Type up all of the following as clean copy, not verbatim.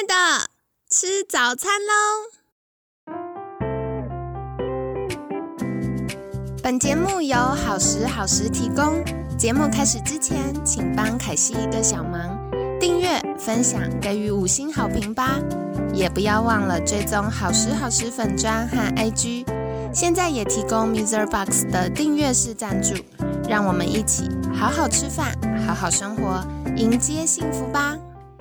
的，吃早餐喽！本节目由好时好时提供。节目开始之前，请帮凯西一个小忙，订阅、分享、给予5星好评吧！也不要忘了追踪好时好时粉专和 IG。现在也提供 MixerBox 的订阅式赞助，让我们一起好好吃饭，好好生活，迎接幸福吧！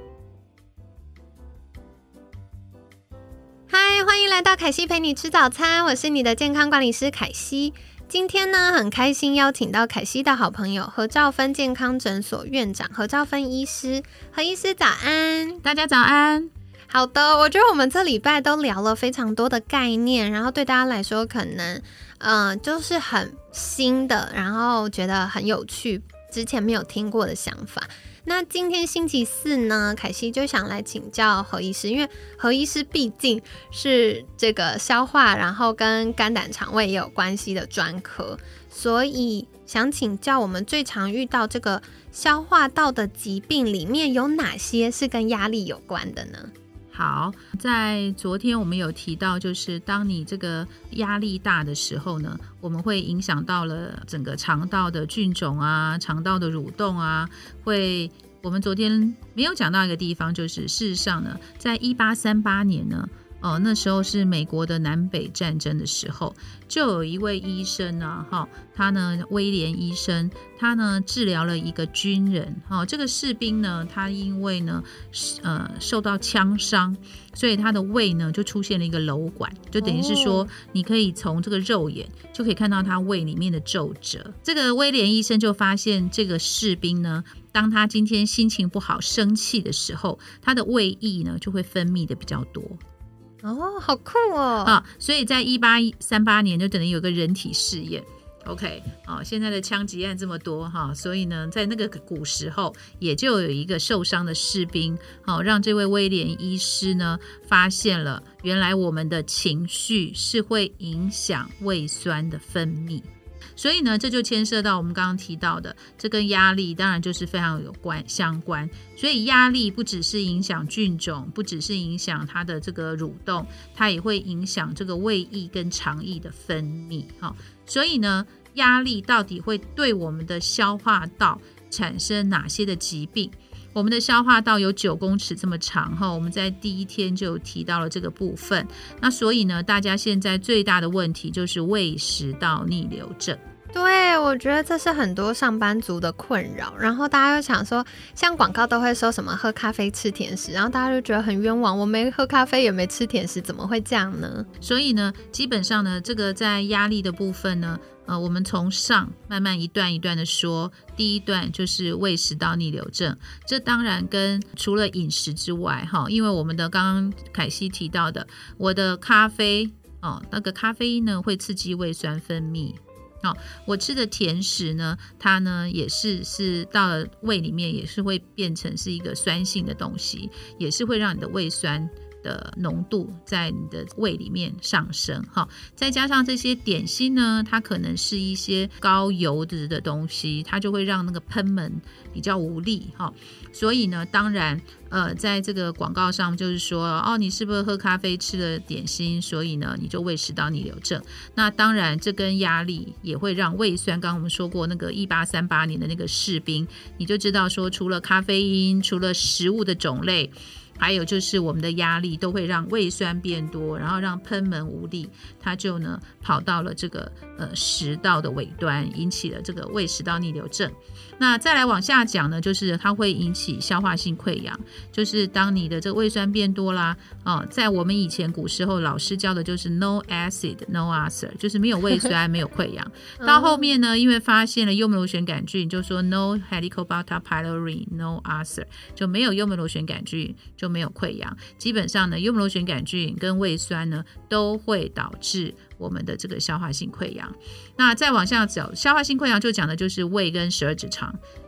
嗨，欢迎来到凯西陪你吃早餐，我是你的健康管理师凯西。今天呢，很开心邀请到凯西的好朋友何兆芬健康诊所院长何兆芬医师。何医师早安。 大家早安。 好的，我觉得我们这礼拜都聊了非常多的概念，然后对大家来说可能就是很新的，然后觉得很有趣，之前没有听过的想法。那今天星期四呢，凯西就想来请教何医师，因为何医师毕竟是这个消化然后跟肝胆肠胃也有关系的专科，所以想请教我们最常遇到这个消化道的疾病里面有哪些是跟压力有关的呢？ 好，在昨天我们有提到，就是当你这个压力大的时候呢，我们会影响到了整个肠道的菌种啊，肠道的蠕动啊，我们昨天没有讲到一个地方，就是事实上呢，在1838年呢，那时候是美国的南北战争的时候，就有一位医生呢，他呢威廉医生，他呢治疗了一个军人，这个士兵呢，他因为呢受到枪伤，所以他的胃呢就出现了一个瘘管，就等于是说你可以从这个肉眼就可以看到他胃里面的皱褶。这个威廉医生就发现这个士兵呢，当他今天心情不好生气的时候，他的胃液呢就会分泌的比较多。 哦，好酷哦！ 所以在1838年就等于有个人体试验。OK， 现在的枪击案这么多所以呢，在那个古时候也就有一个受伤的士兵，让这位威廉医师呢发现了，原来我们的情绪是会影响胃酸的分泌。所以呢，这就牵涉到我们刚刚提到的，这跟压力当然就是非常相关。所以压力不只是影响菌种，不只是影响它的这个蠕动，它也会影响这个胃液跟肠液的分泌。所以呢，压力到底会对我们的消化道产生哪些的疾病？我们的消化道有9公尺这么长，我们在第一天就提到了这个部分。那所以呢，大家现在最大的问题就是胃食道逆流症。 对，我觉得这是很多上班族的困扰，然后大家又想说，像广告都会说什么喝咖啡吃甜食，然后大家就觉得很冤枉，我没喝咖啡也没吃甜食，怎么会这样呢？ 所以呢，基本上呢，这个在压力的部分呢，我们从上慢慢一段一段的说。第一段就是胃食道逆流症，这当然跟除了饮食之外，因为我们的刚刚凯西提到的，我的咖啡那个咖啡因呢会刺激胃酸分泌。我吃的甜食呢，它呢也是到了胃里面也是会变成是一个酸性的东西，也是会让你的胃酸的浓度在你的胃里面上升。再加上这些点心呢，它可能是一些高油脂的东西，它就会让那个贲门比较无力。所以呢，当然在这个广告上就是说，你是不是喝咖啡吃了点心，所以呢你就胃食道逆流症。那当然这跟压力也会让胃酸，刚刚我们说过那个1838年的那个士兵，你就知道说，除了咖啡因，除了食物的种类，还有就是我们的压力都会让胃酸变多，然后让贲门无力，它就呢跑到了这个食道的尾端，引起了这个胃食道逆流症。那再来往下讲呢，就是它会引起消化性溃疡，就是当你的这个胃酸变多啦，在我们以前古时候老师教的就是 no acid no ulcer， 就是没有胃酸没有溃疡。到后面呢，因为发现了幽门螺旋杆菌，就说 no Helicobacter pylori no ulcer， 就没有幽门螺旋杆菌就没有溃疡。基本上呢，幽门螺旋杆菌跟胃酸呢都会导致我们的这个消化性溃疡。那再往下走，消化性溃疡就讲的就是胃跟12指肠，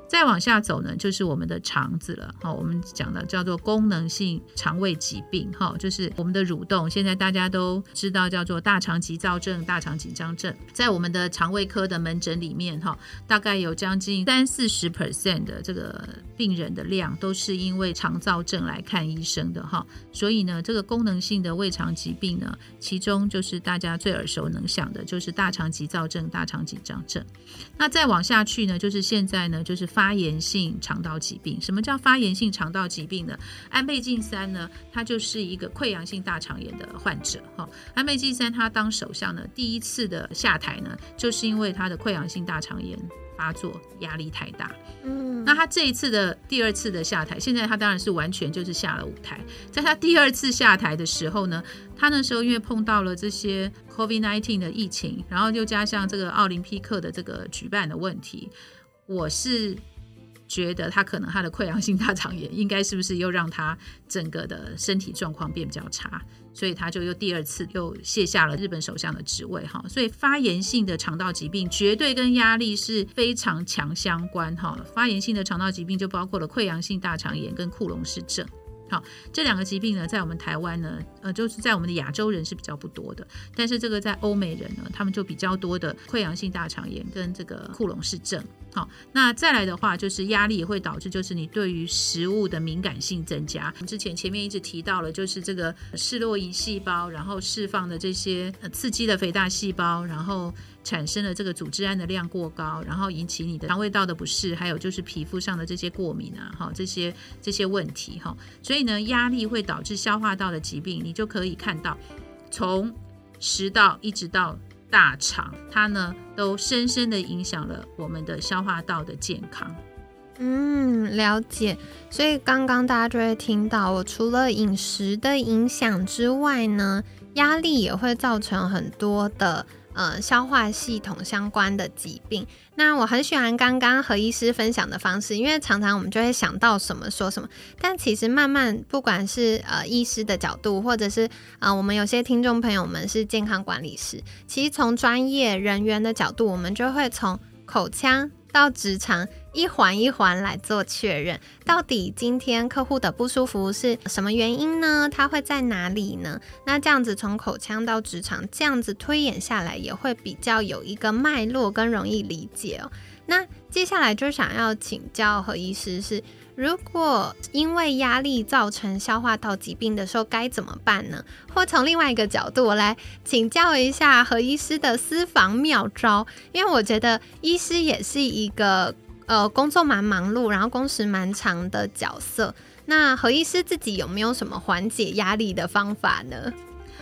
再往下走呢，就是我们的肠子了。我们讲的叫做功能性肠胃疾病，就是我们的蠕动，现在大家都知道叫做大肠急躁症、大肠紧张症。在我们的肠胃科的门诊里面，大概有将近30-40% 的这个病人的量都是因为肠躁症来看医生的。所以呢，这个功能性的胃肠疾病呢，其中就是大家最耳熟能详的就是大肠急躁症、大肠紧张症。那再往下去呢，就是现在呢，就是发炎性肠道疾病。什么叫发炎性肠道疾病呢？安倍晋三呢，他就是一个溃疡性大肠炎的患者。安倍晋三他当首相呢，第一次的下台呢，就是因为他的溃疡性大肠炎发作，压力太大。那他这一次的第二次的下台，现在他当然是完全就是下了舞台。在他第二次下台的时候呢，他那时候因为碰到了这些 COVID-19 的疫情，然后又加上这个奥林匹克的这个举办的问题，我是觉得他可能他的溃疡性大肠炎应该是不是又让他整个的身体状况变比较差，所以他就又第二次又卸下了日本首相的职位。所以发炎性的肠道疾病绝对跟压力是非常强相关。发炎性的肠道疾病就包括了溃疡性大肠炎跟库隆氏症。这两个疾病呢，在我们台湾呢，就是在我们的亚洲人是比较不多的，但是这个在欧美人呢，他们就比较多的溃疡性大肠炎跟这个库隆氏症。那再来的话，就是压力也会导致就是你对于食物的敏感性增加。我们之前面一直提到了，就是这个示洛伊细胞，然后释放的这些刺激的肥大细胞，然后产生了这个组织胺的量过高，然后引起你的肠胃道的不适，还有就是皮肤上的这些过敏啊，这些问题。所以呢，压力会导致消化道的疾病，你就可以看到从食道一直到大肠，它呢都深深的影响了我们的消化道的健康。 了解。所以刚刚大家就会听到，我除了饮食的影响之外呢，压力也会造成很多的消化系统相关的疾病。那我很喜欢刚刚何医师分享的方式，因为常常我们就会想到什么说什么，但其实慢慢不管是医师的角度，或者是我们有些听众朋友们是健康管理师，其实从专业人员的角度，我们就会从口腔到直肠一环一环来做确认，到底今天客户的不舒服是什么原因呢？它会在哪里呢？那这样子从口腔到直肠，这样子推演下来也会比较有一个脉络跟容易理解哦。那接下来就想要请教何医师是，如果因为压力造成消化道疾病的时候该怎么办呢？或从另外一个角度，我来请教一下何医师的私房妙招，因为我觉得医师也是一个工作蛮忙碌，然后工时蛮长的角色。那何医师自己有没有什么缓解压力的方法呢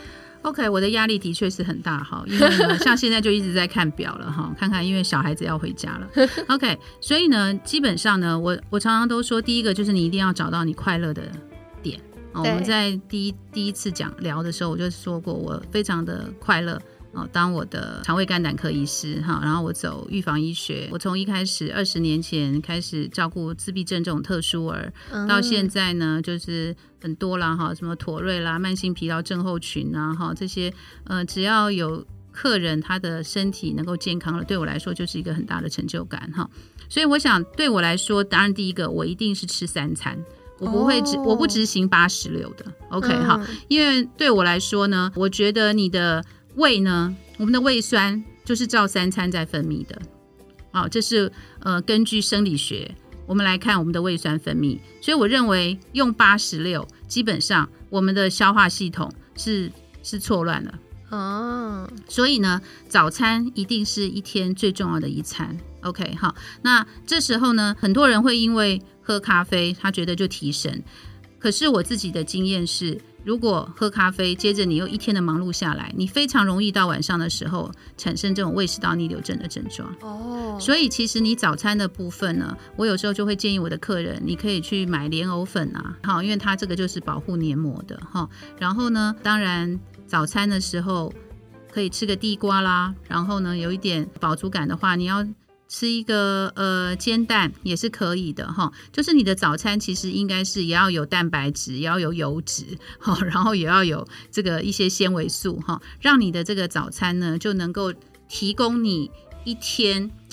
？OK， 我的压力的确是很大哈，因为呢，像现在就一直在看表了哈，看看因为小孩子要回家了。OK， 所以呢，基本上呢，我常常都说，第一个就是你一定要找到你快乐的点。我们在第一次聊的时候，我就说过，我非常的快乐。当我的肠胃肝胆科医师，然后我走预防医学，我从一开始20年前开始照顾自闭症这种特殊儿，到现在呢就是很多啦，什么妥瑞啦、慢性疲劳症候群啊，这些只要有客人他的身体能够健康了，对我来说就是一个很大的成就感。所以我想对我来说，当然第一个我一定是吃3餐，我不执行8-16的 OK 好，因为对我来说呢，我觉得你的胃呢，我们的胃酸就是照3餐在分泌的。这是根据生理学我们来看我们的胃酸分泌，所以我认为用8-16基本上我们的消化系统是错乱了。所以呢，早餐一定是一天最重要的一餐。OK 好，那这时候呢，很多人会因为喝咖啡他觉得就提神，可是我自己的经验是，如果喝咖啡接着你又一天的忙碌下来，你非常容易到晚上的时候产生这种胃食道逆流症的症状。所以其实你早餐的部分呢，我有时候就会建议我的客人，你可以去买莲藕粉啊，因为它这个就是保护黏膜的。然后呢，当然早餐的时候可以吃个地瓜啦，然后呢有一点饱足感的话，你要吃一个煎蛋也是可以的哈，就是你的早餐其实应该是也要有蛋白质，也要有油脂，然后也要有这个一些纤维素哈，让你的这个早餐呢就能够提供你一天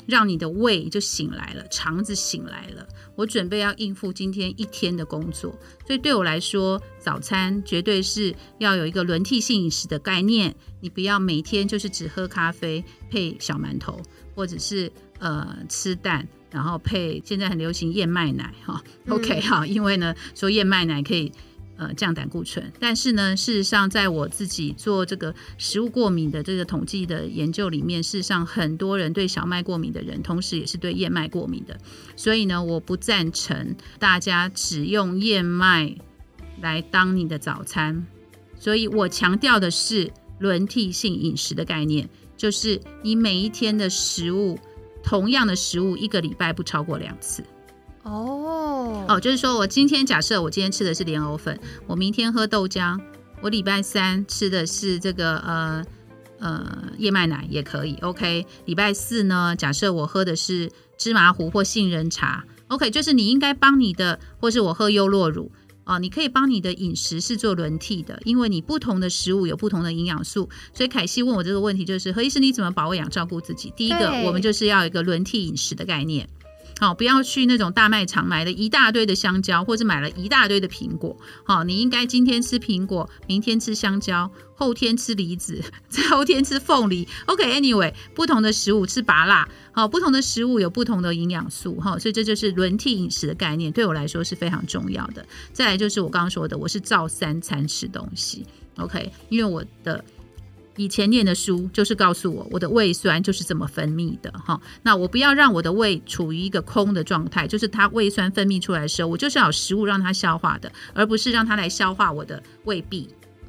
让你的胃就醒来了，肠子醒来了，我准备要应付今天一天的工作。所以对我来说，早餐绝对是要有一个轮替性饮食的概念，你不要每天就是只喝咖啡配小馒头，或者是吃蛋，然后配现在很流行燕麦奶OK 因为呢说燕麦奶可以降胆固醇，但是呢事实上在我自己做这个食物过敏的这个统计的研究里面，事实上很多人对小麦过敏的人同时也是对燕麦过敏的，所以呢我不赞成大家只用燕麦来当你的早餐。所以我强调的是轮替性饮食的概念，就是你每一天的食物，同样的食物一个礼拜不超过2次。就是说我今天假设我今天吃的是莲藕粉，我明天喝豆浆，我礼拜三吃的是这个燕麦奶也可以 OK。 礼拜四呢，假设我喝的是芝麻糊或杏仁茶 OK， 就是你应该帮你的，或是我喝优酪乳你可以帮你的饮食是做轮替的，因为你不同的食物有不同的营养素。所以凯西问我这个问题就是，何医师你怎么保养照顾自己？第一个，我们就是要有一个轮替饮食的概念，不要去那种大卖场买了一大堆的香蕉，或者买了一大堆的苹果。你应该今天吃苹果，明天吃香蕉，后天吃梨子，再后天吃凤梨。OK，anyway， 不同的食物吃芭乐，不同的食物有不同的营养素，所以这就是轮替饮食的概念，对我来说是非常重要的。再来就是我刚刚说的，我是照3餐吃东西 OK， 因为我的以前念的书就是告诉我，我的胃酸就是这么分泌的那我不要让我的胃处于一个空的状态，就是它胃酸分泌出来的时候，我就是要有食物让它消化的，而不是让它来消化我的胃壁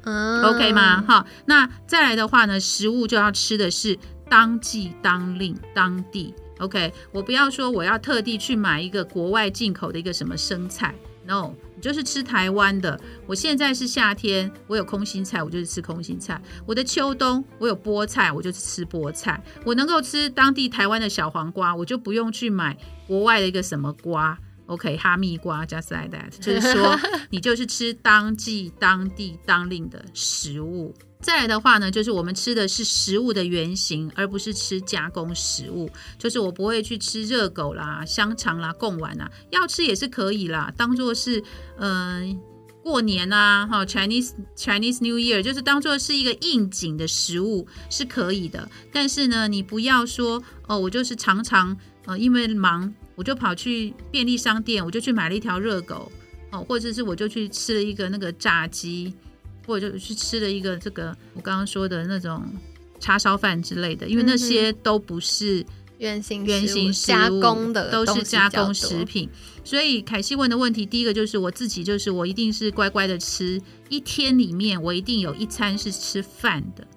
OK 吗？那再来的话呢，食物就要吃的是当季当令当地 OK， 我不要说我要特地去买一个国外进口的一个什么生菜 No， 你就是吃台湾的。我现在是夏天，我有空心菜，我就是吃空心菜。我的秋冬我有菠菜，我就是吃菠菜。我能够吃当地台湾的小黄瓜，我就不用去买国外的一个什么瓜 OK， 哈密瓜 just like that， 就是说你就是吃当季当地当令的食物。再来的话呢，就是我们吃的是食物的原型，而不是吃加工食物。就是我不会去吃热狗啦、香肠啦、贡丸啦，要吃也是可以啦，当作是过年啊 Chinese New Year， 就是当作是一个应景的食物是可以的。但是呢，你不要说我就是常常因为忙，我就跑去便利商店，我就去买了一条热狗或者是我就去吃了一个那个炸鸡，或者就去吃了一个这个我刚刚说的那种叉烧饭之类的，因为那些都不是原型食物加工的， 都是加工食品。所以凯西问的问题，第一个就是我自己，就是我一定是乖乖的吃，一天里面我一定有1餐是吃饭的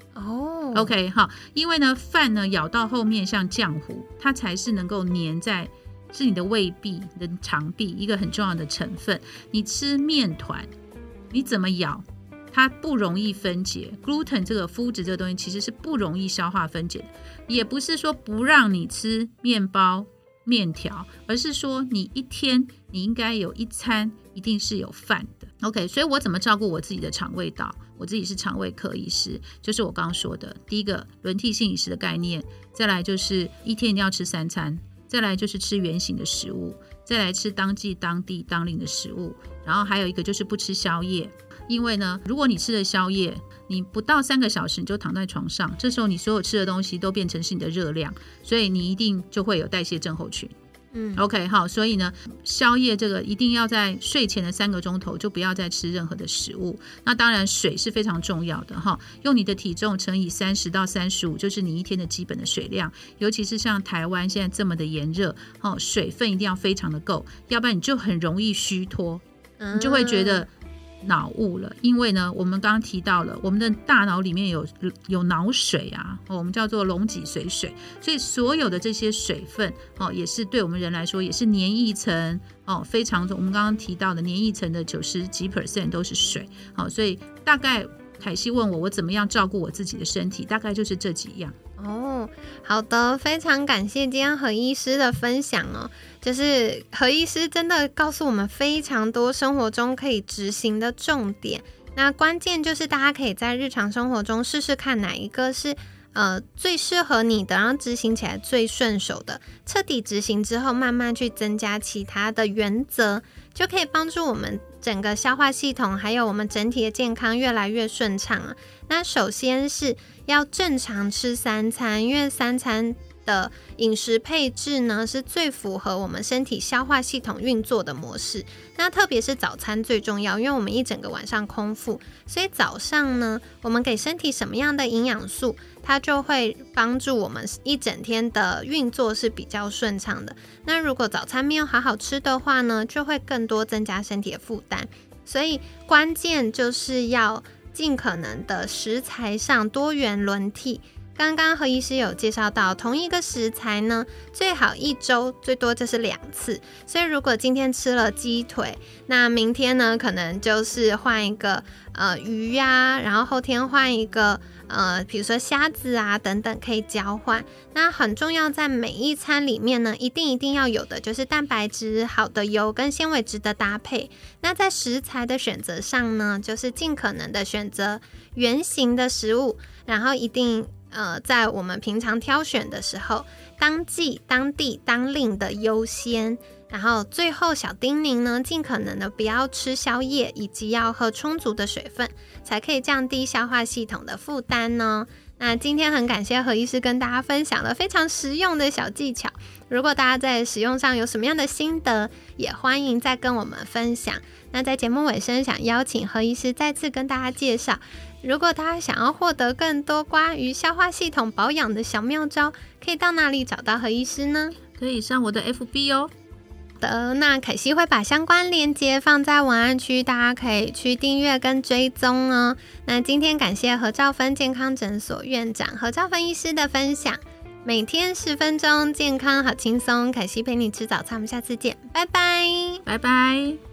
OK 好，因为呢饭呢咬到后面像浆糊，它才是能够粘在是你的胃壁、你的肠壁一个很重要的成分。你吃面团，你怎么咬它不容易分解 gluten 这个麸质这个东西其实是不容易消化分解的，也不是说不让你吃面包面条，而是说你一天你应该有1餐一定是有饭的 OK。 所以我怎么照顾我自己的肠胃道，我自己是肠胃科医师，就是我刚刚说的第一个轮替性饮食的概念，再来就是一天一定要吃3餐，再来就是吃原型的食物，再来吃当季当地当令的食物，然后还有一个就是不吃宵夜。因为呢，如果你吃了宵夜，你不到3个小时你就躺在床上，这时候你所有吃的东西都变成是你的热量，所以你一定就会有代谢症候群。OK 好，所以呢宵夜这个一定要在睡前的3个钟头就不要再吃任何的食物。那当然水是非常重要的用你的体重乘以30到35，就是你一天的基本的水量。尤其是像台湾现在这么的炎热水分一定要非常的够，要不然你就很容易虚脱，你就会觉得脑雾了。因为呢我们刚刚提到了我们的大脑里面有脑水啊我们叫做龙脊髓水，所以所有的这些水分也是对我们人来说也是黏液层非常我们刚刚提到的黏液层的90几%都是水所以大概凯西问我怎么样照顾我自己的身体，大概就是这几样好的，非常感谢今天何医师的分享就是何医师真的告诉我们非常多生活中可以执行的重点，那关键就是大家可以在日常生活中试试看哪一个是最适合你的，然后执行起来最顺手的，彻底执行之后，慢慢去增加其他的原则，就可以帮助我们整个消化系统还有我们整体的健康越来越顺畅啊。那首先是要正常吃3餐，因为3餐的饮食配置呢是最符合我们身体消化系统运作的模式。那特别是早餐最重要，因为我们一整个晚上空腹，所以早上呢我们给身体什么样的营养素，它就会帮助我们一整天的运作是比较顺畅的。那如果早餐没有好好吃的话呢，就会更多增加身体的负担。所以关键就是要尽可能的食材上多元轮替。刚刚何医师有介绍到，同一个食材呢，最好1周最多就是2次。所以如果今天吃了鸡腿，那明天呢可能就是换一个鱼啊，然后后天换一个比如说虾子啊等等，可以交换。那很重要，在每一餐里面呢，一定要有的就是蛋白质、好的油跟纤维质的搭配。那在食材的选择上呢，就是尽可能的选择原型的食物，然后一定在我们平常挑选的时候，当季、当地、当令的优先。然后最后小叮咛呢，尽可能的不要吃宵夜，以及要喝充足的水分，才可以降低消化系统的负担呢。那今天很感谢何医师跟大家分享了非常实用的小技巧，如果大家在使用上有什么样的心得，也欢迎再跟我们分享。那在节目尾声，想邀请何医师再次跟大家介绍，如果大家想要获得更多关于消化系统保养的小妙招，可以到哪里找到何医师呢？ 可以上我的 FB 哦。 那凯西会把相关链接放在文案区，大家可以去订阅跟追踪哦。那今天感谢何兆芬健康诊所院长何兆芬医师的分享，每天10分钟，健康好轻松，凯西陪你吃早餐，我们下次见，拜拜， 拜拜。